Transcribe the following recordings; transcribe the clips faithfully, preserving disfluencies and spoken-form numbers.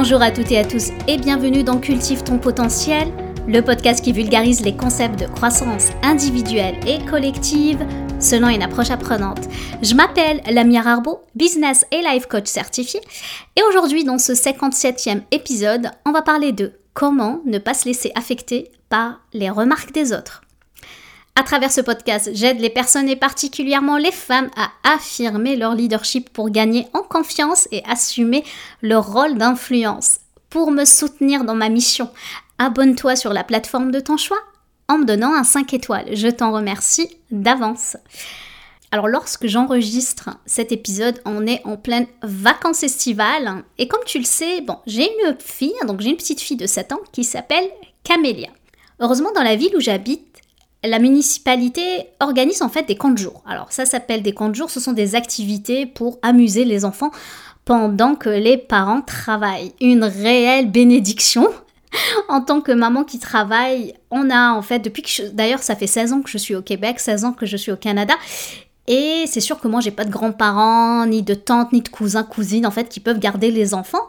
Bonjour à toutes et à tous et bienvenue dans Cultive ton potentiel, le podcast qui vulgarise les concepts de croissance individuelle et collective selon une approche apprenante. Je m'appelle Lamia Rarbo, business et life coach certifiée, et aujourd'hui dans ce cinquante-septième épisode, on va parler de comment ne pas se laisser affecter par les remarques des autres. À travers ce podcast, j'aide les personnes et particulièrement les femmes à affirmer leur leadership pour gagner en confiance et assumer leur rôle d'influence. Pour me soutenir dans ma mission, abonne-toi sur la plateforme de ton choix en me donnant un cinq étoiles. Je t'en remercie d'avance. Alors lorsque j'enregistre cet épisode, on est en pleine vacances estivales et comme tu le sais, bon, j'ai une fille, donc j'ai une petite fille de sept ans qui s'appelle Camélia. Heureusement, dans la ville où j'habite, la municipalité organise en fait des camps de jour. Alors ça s'appelle des camps de jour, ce sont des activités pour amuser les enfants pendant que les parents travaillent. Une réelle bénédiction. En tant que maman qui travaille, on a en fait, depuis que je, d'ailleurs ça fait seize ans que je suis au Québec, seize ans que je suis au Canada, et c'est sûr que moi j'ai pas de grands-parents, ni de tantes, ni de cousins, cousines en fait qui peuvent garder les enfants.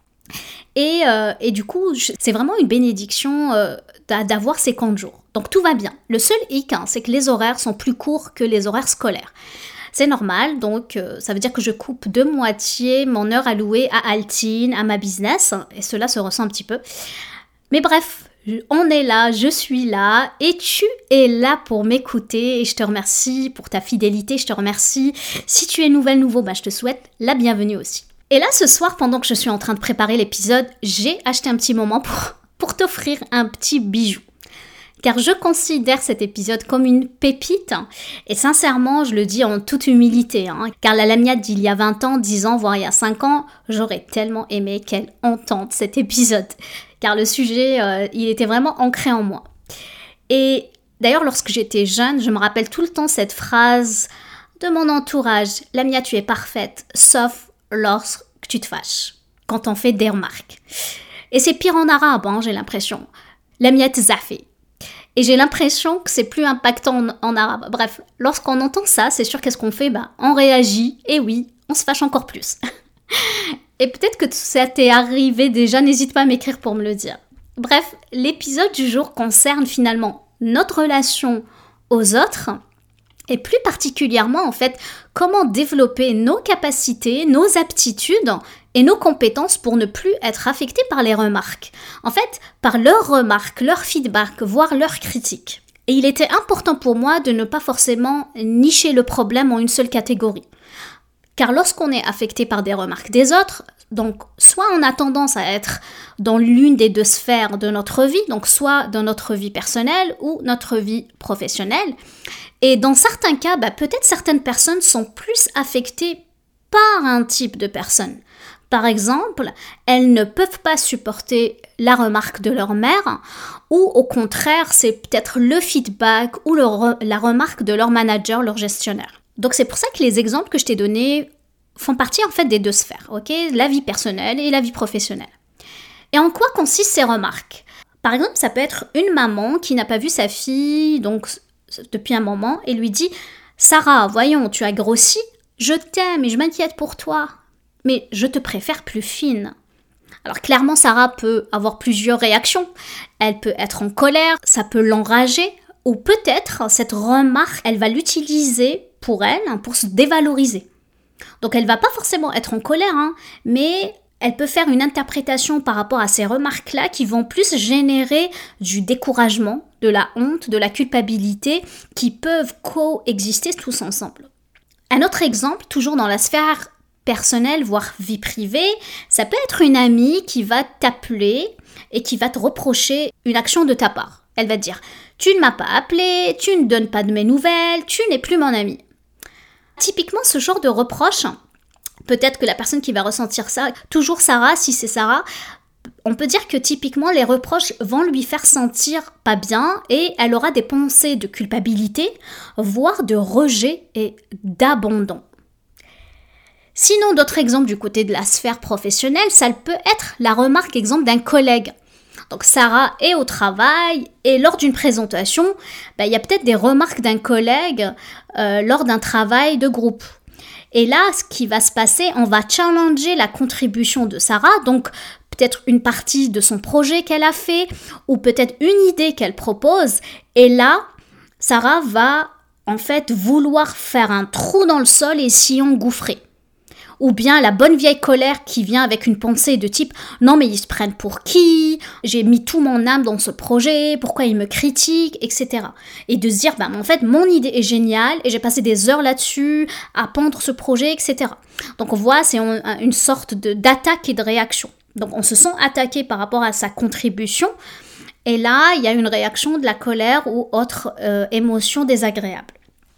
Et, euh, et du coup, je, c'est vraiment une bénédiction euh, d'avoir ces camps de jour. Donc tout va bien. Le seul hic, hein, c'est que les horaires sont plus courts que les horaires scolaires. C'est normal, donc euh, ça veut dire que je coupe de moitié mon heure allouée à Altine, à ma business, et cela se ressent un petit peu. Mais bref, on est là, je suis là, et tu es là pour m'écouter, et je te remercie pour ta fidélité, je te remercie. Si tu es nouvelle, nouveau, bah, je te souhaite la bienvenue aussi. Et là, ce soir, pendant que je suis en train de préparer l'épisode, j'ai acheté un petit moment pour, pour t'offrir un petit bijou. Car je considère cet épisode comme une pépite, et sincèrement, je le dis en toute humilité, hein, car la Lamia d'il y a vingt ans, dix ans, voire il y a cinq ans, j'aurais tellement aimé qu'elle entende cet épisode, car le sujet, euh, il était vraiment ancré en moi. Et d'ailleurs, lorsque j'étais jeune, je me rappelle tout le temps cette phrase de mon entourage, « Lamia, tu es parfaite, sauf lorsque tu te fâches, quand on fait des remarques. » Et c'est pire en arabe, hein, j'ai l'impression. « Lamia tzafi ». Et j'ai l'impression que c'est plus impactant en, en arabe. Bref, lorsqu'on entend ça, c'est sûr qu'est-ce qu'on fait ? Bah, on réagit, et oui, on se fâche encore plus. Et peut-être que ça t'est arrivé déjà, n'hésite pas à m'écrire pour me le dire. Bref, l'épisode du jour concerne finalement notre relation aux autres, et plus particulièrement, en fait, comment développer nos capacités, nos aptitudes et nos compétences pour ne plus être affectés par les remarques. En fait, par leurs remarques, leurs feedbacks, voire leurs critiques. Et il était important pour moi de ne pas forcément nicher le problème en une seule catégorie. Car lorsqu'on est affecté par des remarques des autres, donc soit on a tendance à être dans l'une des deux sphères de notre vie, donc soit dans notre vie personnelle ou notre vie professionnelle. Et dans certains cas, bah, peut-être certaines personnes sont plus affectées par un type de personne. Par exemple, elles ne peuvent pas supporter la remarque de leur mère, ou au contraire, c'est peut-être le feedback ou le re- la remarque de leur manager, leur gestionnaire. Donc c'est pour ça que les exemples que je t'ai donnés font partie en fait des deux sphères, ok ? La vie personnelle et la vie professionnelle. Et en quoi consistent ces remarques ? Par exemple, ça peut être une maman qui n'a pas vu sa fille donc depuis un moment et lui dit « Sarah, voyons, tu as grossi, je t'aime et je m'inquiète pour toi. » Mais je te préfère plus fine. Alors clairement, Sarah peut avoir plusieurs réactions. Elle peut être en colère, ça peut l'enrager, ou peut-être cette remarque, elle va l'utiliser pour elle, pour se dévaloriser. Donc elle va pas forcément être en colère, hein, mais elle peut faire une interprétation par rapport à ces remarques-là qui vont plus générer du découragement, de la honte, de la culpabilité, qui peuvent coexister tous ensemble. Un autre exemple, toujours dans la sphère personnelle, voire vie privée, ça peut être une amie qui va t'appeler et qui va te reprocher une action de ta part. Elle va te dire « Tu ne m'as pas appelé, tu ne donnes pas de mes nouvelles, tu n'es plus mon amie. » Typiquement, ce genre de reproche, peut-être que la personne qui va ressentir ça, toujours Sarah, si c'est Sarah, on peut dire que typiquement les reproches vont lui faire sentir pas bien et elle aura des pensées de culpabilité, voire de rejet et d'abandon. Sinon, d'autres exemples du côté de la sphère professionnelle, ça peut être la remarque exemple d'un collègue. Donc Sarah est au travail et lors d'une présentation, ben, il y a peut-être des remarques d'un collègue euh, lors d'un travail de groupe. Et là, ce qui va se passer, on va challenger la contribution de Sarah, donc peut-être une partie de son projet qu'elle a fait, ou peut-être une idée qu'elle propose. Et là, Sarah va en fait vouloir faire un trou dans le sol et s'y engouffrer. Ou bien la bonne vieille colère qui vient avec une pensée de type « Non mais ils se prennent pour qui ? J'ai mis tout mon âme dans ce projet, pourquoi ils me critiquent ?» et cetera. Et de se dire bah, « En fait, mon idée est géniale et j'ai passé des heures là-dessus à pendre ce projet, et cetera » Donc on voit, c'est une sorte de, d'attaque et de réaction. Donc on se sent attaqué par rapport à sa contribution. Et là, il y a une réaction de la colère ou autre euh, émotion désagréable.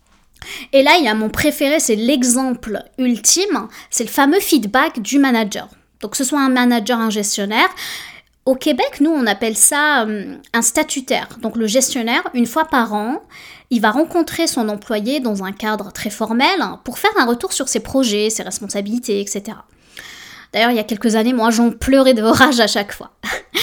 Et là, il y a mon préféré, c'est l'exemple ultime, c'est le fameux feedback du manager. Donc, que ce soit un manager, un gestionnaire. Au Québec, nous, on appelle ça euh, un statutaire. Donc, le gestionnaire, une fois par an, il va rencontrer son employé dans un cadre très formel pour faire un retour sur ses projets, ses responsabilités, et cetera. D'ailleurs, il y a quelques années, moi, j'en pleurais de rage à chaque fois.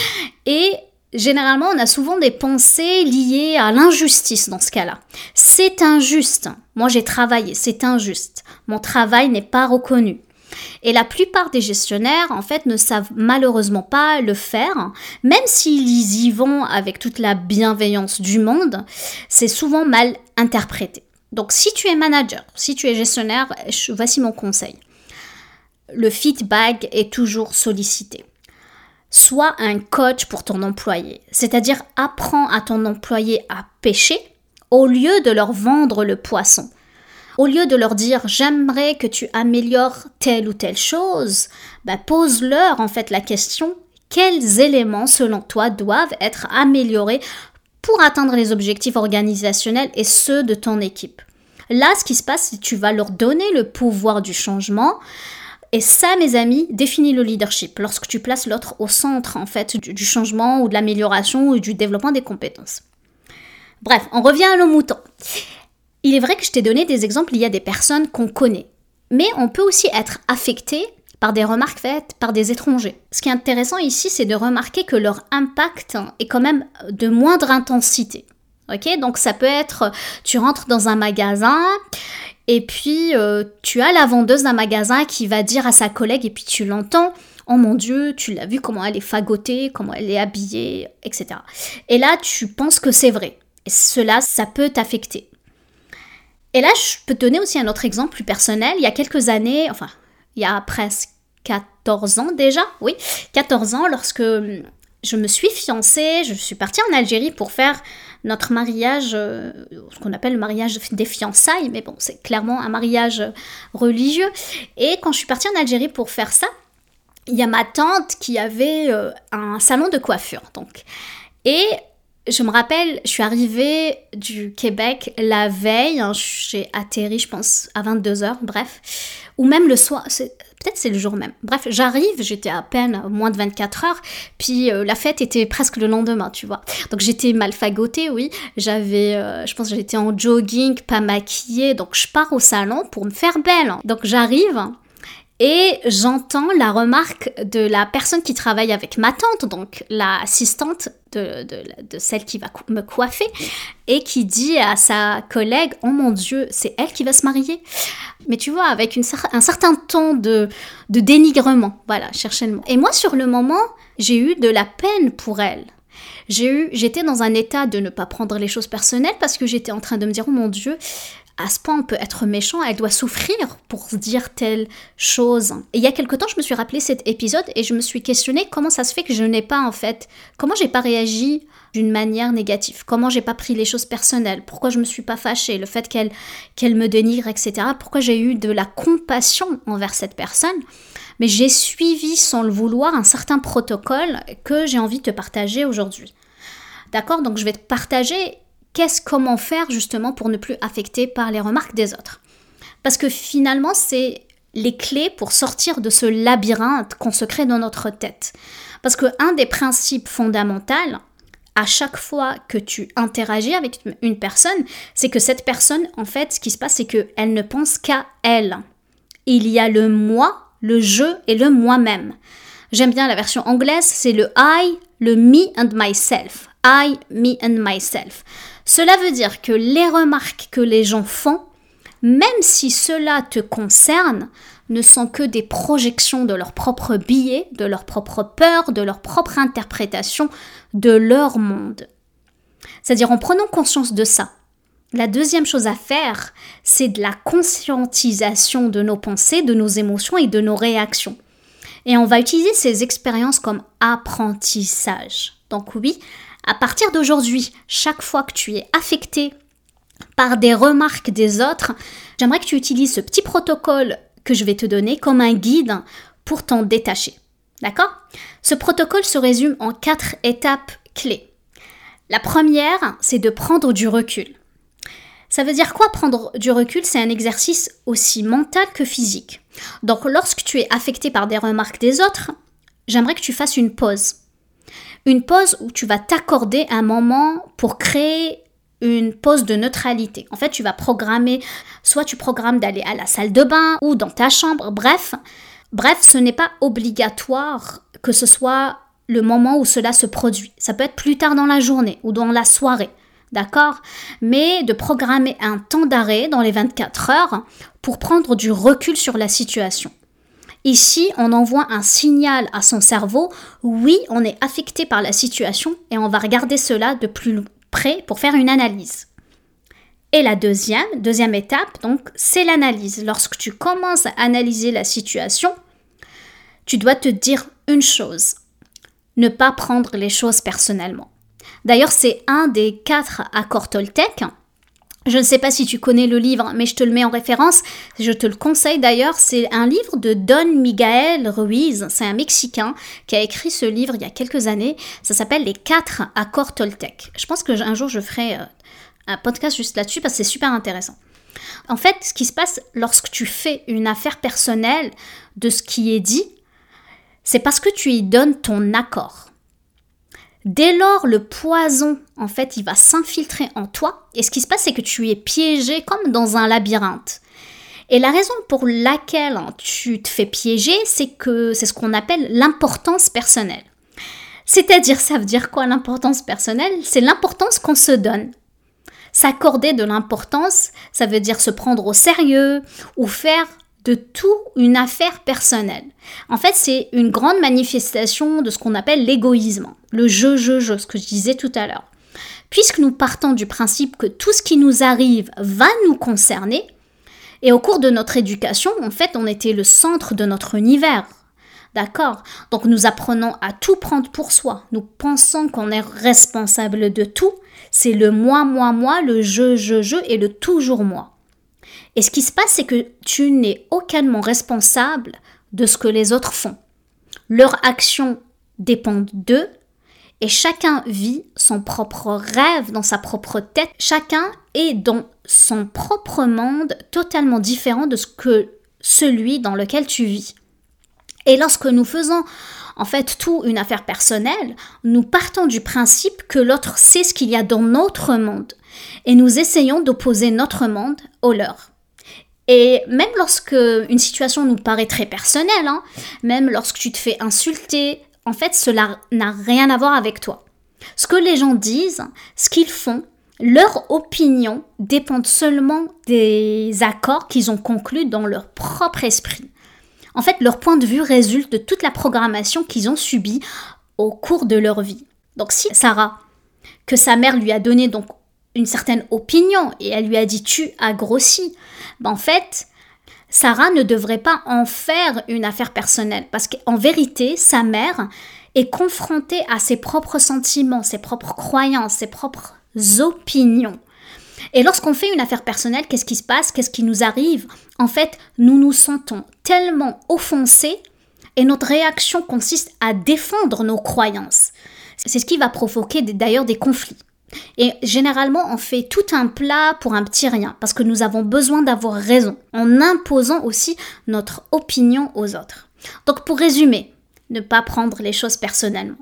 Et généralement, on a souvent des pensées liées à l'injustice dans ce cas-là. C'est injuste. Moi, j'ai travaillé, c'est injuste. Mon travail n'est pas reconnu. Et la plupart des gestionnaires, en fait, ne savent malheureusement pas le faire. Même s'ils y vont avec toute la bienveillance du monde, c'est souvent mal interprété. Donc, si tu es manager, si tu es gestionnaire, voici mon conseil. Le feedback est toujours sollicité. Sois un coach pour ton employé, c'est-à-dire apprends à ton employé à pêcher au lieu de leur vendre le poisson. Au lieu de leur dire « j'aimerais que tu améliores telle ou telle chose », bah, pose-leur en fait la question « quels éléments selon toi doivent être améliorés pour atteindre les objectifs organisationnels et ceux de ton équipe ?» Là, ce qui se passe, c'est que tu vas leur donner le pouvoir du changement. Et ça, mes amis, définit le leadership, lorsque tu places l'autre au centre, en fait, du, du changement ou de l'amélioration ou du développement des compétences. Bref, on revient à nos moutons. Il est vrai que je t'ai donné des exemples, il y a des personnes qu'on connaît. Mais on peut aussi être affecté par des remarques faites par des étrangers. Ce qui est intéressant ici, c'est de remarquer que leur impact est quand même de moindre intensité. Ok, donc ça peut être, tu rentres dans un magasin et puis euh, tu as la vendeuse d'un magasin qui va dire à sa collègue et puis tu l'entends, oh mon Dieu, tu l'as vu comment elle est fagotée, comment elle est habillée, et cetera. Et là tu penses que c'est vrai. Et cela, ça peut t'affecter. Et là, je peux te donner aussi un autre exemple plus personnel. Il y a quelques années, enfin, il y a presque quatorze ans déjà, oui, quatorze ans, lorsque je me suis fiancée, je suis partie en Algérie pour faire notre mariage, euh, ce qu'on appelle le mariage des fiançailles, mais bon, c'est clairement un mariage religieux. Et quand je suis partie en Algérie pour faire ça, il y a ma tante qui avait euh, un salon de coiffure, donc. Et je me rappelle, je suis arrivée du Québec la veille, hein, j'ai atterri, je pense, à vingt-deux heures, bref, ou même le soir, c'est, peut-être c'est le jour même. Bref, j'arrive, j'étais à peine moins de vingt-quatre heures, puis euh, la fête était presque le lendemain, tu vois. Donc j'étais mal fagotée, oui, j'avais, euh, je pense que j'étais en jogging, pas maquillée, donc je pars au salon pour me faire belle. Donc j'arrive et j'entends la remarque de la personne qui travaille avec ma tante, donc l'assistante de, de, de celle qui va me coiffer, et qui dit à sa collègue « Oh mon Dieu, c'est elle qui va se marier ?» Mais tu vois, avec une, un certain ton de, de dénigrement, voilà, cherchez le mot. Et moi, sur le moment, j'ai eu de la peine pour elle. J'ai eu, j'étais dans un état de ne pas prendre les choses personnelles parce que j'étais en train de me dire « Oh mon Dieu, à ce point, on peut être méchant, elle doit souffrir pour dire telle chose. » Et il y a quelque temps, je me suis rappelé cet épisode et je me suis questionnée comment ça se fait que je n'ai pas, en fait, comment j'ai pas réagi d'une manière négative, comment j'ai pas pris les choses personnelles, pourquoi je me suis pas fâchée, le fait qu'elle, qu'elle me dénigre, et cetera, pourquoi j'ai eu de la compassion envers cette personne. Mais j'ai suivi sans le vouloir un certain protocole que j'ai envie de te partager aujourd'hui. D'accord ? Donc je vais te partager Qu'est-ce, comment faire justement pour ne plus affecter par les remarques des autres. Parce que finalement, c'est les clés pour sortir de ce labyrinthe qu'on se crée dans notre tête. Parce qu'un des principes fondamentaux, à chaque fois que tu interagis avec une personne, c'est que cette personne, en fait, ce qui se passe, c'est qu'elle ne pense qu'à elle. Il y a le moi, le je et le moi-même. J'aime bien la version anglaise, c'est le I, le me and myself. I, me and myself. Cela veut dire que les remarques que les gens font même si cela te concerne, ne sont que des projections de leur propre biais, de leur propre peur, de leur propre interprétation de leur monde. C'est-à-dire en prenant conscience de ça, la deuxième chose à faire, c'est de la conscientisation de nos pensées, de nos émotions et de nos réactions. Et on va utiliser ces expériences comme apprentissage. Donc oui, à partir d'aujourd'hui, chaque fois que tu es affecté par des remarques des autres, j'aimerais que tu utilises ce petit protocole que je vais te donner comme un guide pour t'en détacher. D'accord ? Ce protocole se résume en quatre étapes clés. La première, c'est de prendre du recul. Ça veut dire quoi prendre du recul ? C'est un exercice aussi mental que physique. Donc lorsque tu es affecté par des remarques des autres, j'aimerais que tu fasses une pause. Une pause où tu vas t'accorder un moment pour créer une pause de neutralité. En fait, tu vas programmer, soit tu programmes d'aller à la salle de bain ou dans ta chambre, bref. Bref, ce n'est pas obligatoire que ce soit le moment où cela se produit. Ça peut être plus tard dans la journée ou dans la soirée, d'accord ? Mais de programmer un temps d'arrêt dans les vingt-quatre heures pour prendre du recul sur la situation. Ici, on envoie un signal à son cerveau, oui, on est affecté par la situation et on va regarder cela de plus près pour faire une analyse. Et la deuxième, deuxième étape, donc, c'est l'analyse. Lorsque tu commences à analyser la situation, tu dois te dire une chose, ne pas prendre les choses personnellement. D'ailleurs, c'est un des quatre accords Toltec. Je ne sais pas si tu connais le livre, mais je te le mets en référence. Je te le conseille d'ailleurs. C'est un livre de Don Miguel Ruiz. C'est un Mexicain qui a écrit ce livre il y a quelques années. Ça s'appelle Les quatre accords Toltec. Je pense qu'un jour, je ferai un podcast juste là-dessus parce que c'est super intéressant. En fait, ce qui se passe lorsque tu fais une affaire personnelle de ce qui est dit, c'est parce que tu y donnes ton accord. Dès lors, le poison, en fait, il va s'infiltrer en toi. Et ce qui se passe, c'est que tu es piégé comme dans un labyrinthe. Et la raison pour laquelle tu te fais piéger, c'est que c'est ce qu'on appelle l'importance personnelle. C'est-à-dire, ça veut dire quoi l'importance personnelle ? C'est l'importance qu'on se donne. S'accorder de l'importance, ça veut dire se prendre au sérieux ou faire de tout une affaire personnelle. En fait, c'est une grande manifestation de ce qu'on appelle l'égoïsme, le je, je, je, ce que je disais tout à l'heure. Puisque nous partons du principe que tout ce qui nous arrive va nous concerner, et au cours de notre éducation, en fait, on était le centre de notre univers. D'accord ? Donc nous apprenons à tout prendre pour soi. Nous pensons qu'on est responsable de tout. C'est le moi, moi, moi, le je, je, je et le toujours moi. Et ce qui se passe, c'est que tu n'es aucunement responsable de ce que les autres font. Leurs actions dépendent d'eux et chacun vit son propre rêve dans sa propre tête. Chacun est dans son propre monde totalement différent de ce que celui dans lequel tu vis. Et lorsque nous faisons en fait tout une affaire personnelle, nous partons du principe que l'autre sait ce qu'il y a dans notre monde et nous essayons d'opposer notre monde au leur. Et même lorsque une situation nous paraît très personnelle, hein, même lorsque tu te fais insulter, en fait, cela n'a rien à voir avec toi. Ce que les gens disent, ce qu'ils font, leur opinion dépendent seulement des accords qu'ils ont conclus dans leur propre esprit. En fait, leur point de vue résulte de toute la programmation qu'ils ont subie au cours de leur vie. Donc si Sarah, que sa mère lui a donné donc une certaine opinion et elle lui a dit « tu as grossi », ben en fait, Sarah ne devrait pas en faire une affaire personnelle parce qu'en vérité, sa mère est confrontée à ses propres sentiments, ses propres croyances, ses propres opinions. Et lorsqu'on fait une affaire personnelle, qu'est-ce qui se passe ? Qu'est-ce qui nous arrive ? En fait, nous nous sentons tellement offensés et notre réaction consiste à défendre nos croyances. C'est ce qui va provoquer d'ailleurs des conflits. Et généralement, on fait tout un plat pour un petit rien, parce que nous avons besoin d'avoir raison, en imposant aussi notre opinion aux autres. Donc pour résumer, ne pas prendre les choses personnellement.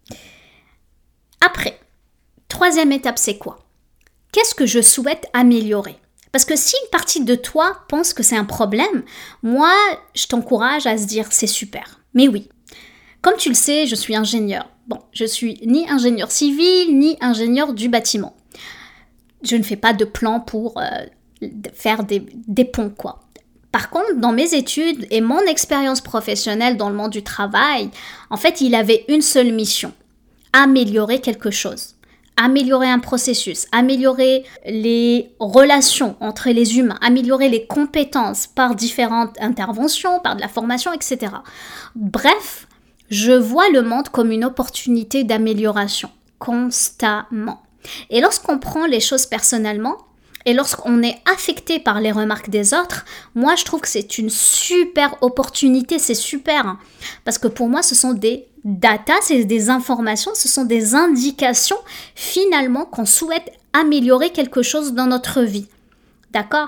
Après, troisième étape, c'est quoi ? Qu'est-ce que je souhaite améliorer ? Parce que si une partie de toi pense que c'est un problème, moi, je t'encourage à se dire c'est super. Mais oui, comme tu le sais, je suis ingénieur. Bon, je suis ni ingénieur civil, ni ingénieur du bâtiment. Je ne fais pas de plan pour euh, faire des, des ponts, quoi. Par contre, dans mes études et mon expérience professionnelle dans le monde du travail, en fait, il avait une seule mission, améliorer quelque chose, améliorer un processus, améliorer les relations entre les humains, améliorer les compétences par différentes interventions, par de la formation, et cetera. Bref, je vois le monde comme une opportunité d'amélioration, constamment. Et lorsqu'on prend les choses personnellement, et lorsqu'on est affecté par les remarques des autres, moi je trouve que c'est une super opportunité, c'est super. Hein, parce que pour moi ce sont des data, c'est des informations, ce sont des indications finalement qu'on souhaite améliorer quelque chose dans notre vie. D'accord ?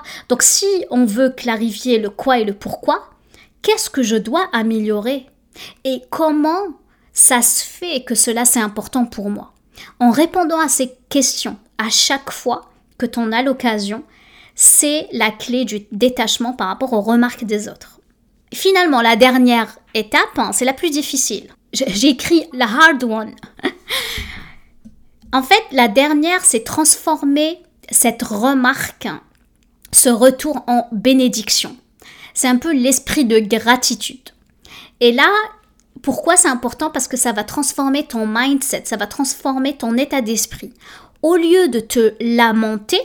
Donc si on veut clarifier le quoi et le pourquoi, qu'est-ce que je dois améliorer ? Et comment ça se fait que cela c'est important pour moi ? En répondant à ces questions à chaque fois que tu en as l'occasion, c'est la clé du détachement par rapport aux remarques des autres. Finalement, la dernière étape, hein, c'est la plus difficile. J'ai écrit la hard one. En fait, la dernière, c'est transformer cette remarque, ce retour en bénédiction. C'est un peu l'esprit de gratitude. Et là, pourquoi c'est important ? Parce que ça va transformer ton mindset, ça va transformer ton état d'esprit. Au lieu de te lamenter,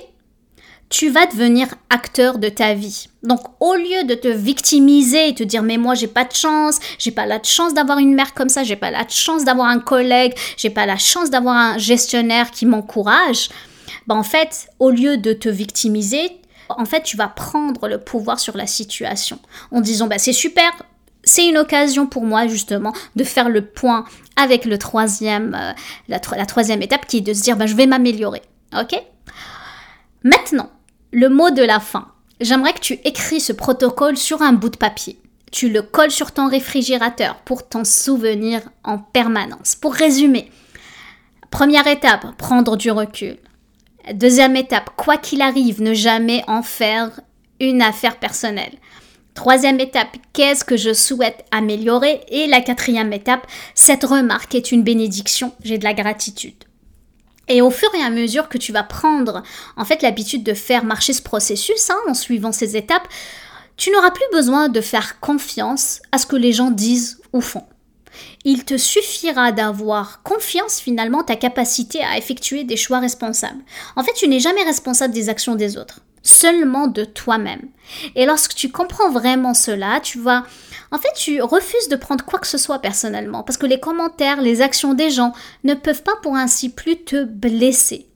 tu vas devenir acteur de ta vie. Donc, au lieu de te victimiser et te dire « mais moi, j'ai pas de chance, j'ai pas la chance d'avoir une mère comme ça, j'ai pas la chance d'avoir un collègue, j'ai pas la chance d'avoir un gestionnaire qui m'encourage », ben, en fait, au lieu de te victimiser, en fait, tu vas prendre le pouvoir sur la situation en disant bah, « c'est super ». C'est une occasion pour moi justement de faire le point avec le troisième, euh, la, la troisième étape qui est de se dire bah, je vais m'améliorer. Ok ? Maintenant, le mot de la fin. J'aimerais que tu écris ce protocole sur un bout de papier. Tu le colles sur ton réfrigérateur pour t'en souvenir en permanence. Pour résumer, première étape, prendre du recul. Deuxième étape, quoi qu'il arrive, ne jamais en faire une affaire personnelle. Troisième étape, qu'est-ce que je souhaite améliorer ? Et la quatrième étape, cette remarque est une bénédiction, j'ai de la gratitude. Et au fur et à mesure que tu vas prendre en fait l'habitude de faire marcher ce processus, hein, en suivant ces étapes, tu n'auras plus besoin de faire confiance à ce que les gens disent ou font. Il te suffira d'avoir confiance finalement ta capacité à effectuer des choix responsables. En fait, tu n'es jamais responsable des actions des autres. Seulement de toi-même. Et lorsque tu comprends vraiment cela, tu vas... En fait, tu refuses de prendre quoi que ce soit personnellement parce que les commentaires, les actions des gens ne peuvent pas pour ainsi plus te blesser.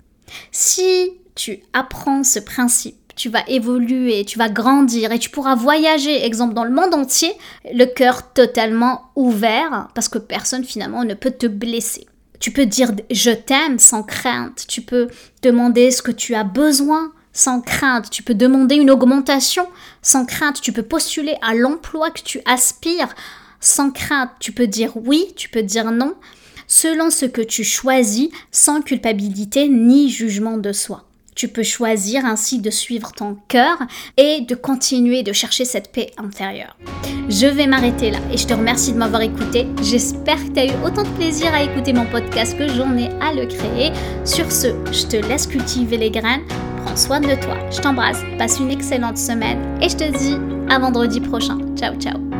Si tu apprends ce principe, tu vas évoluer, tu vas grandir et tu pourras voyager, exemple, dans le monde entier, le cœur totalement ouvert parce que personne finalement ne peut te blesser. Tu peux dire « je t'aime » sans crainte, tu peux demander ce que tu as besoin sans crainte, tu peux demander une augmentation sans crainte, tu peux postuler à l'emploi que tu aspires sans crainte, tu peux dire oui, tu peux dire non, selon ce que tu choisis, sans culpabilité ni jugement de soi. Tu peux choisir ainsi de suivre ton cœur et de continuer de chercher cette paix intérieure. Je vais m'arrêter là et je te remercie de m'avoir écouté. J'espère que tu as eu autant de plaisir à écouter mon podcast que j'en ai à le créer. Sur ce, je te laisse cultiver les graines. Prends soin de toi. Je t'embrasse. Passe une excellente semaine et je te dis à vendredi prochain. Ciao, ciao.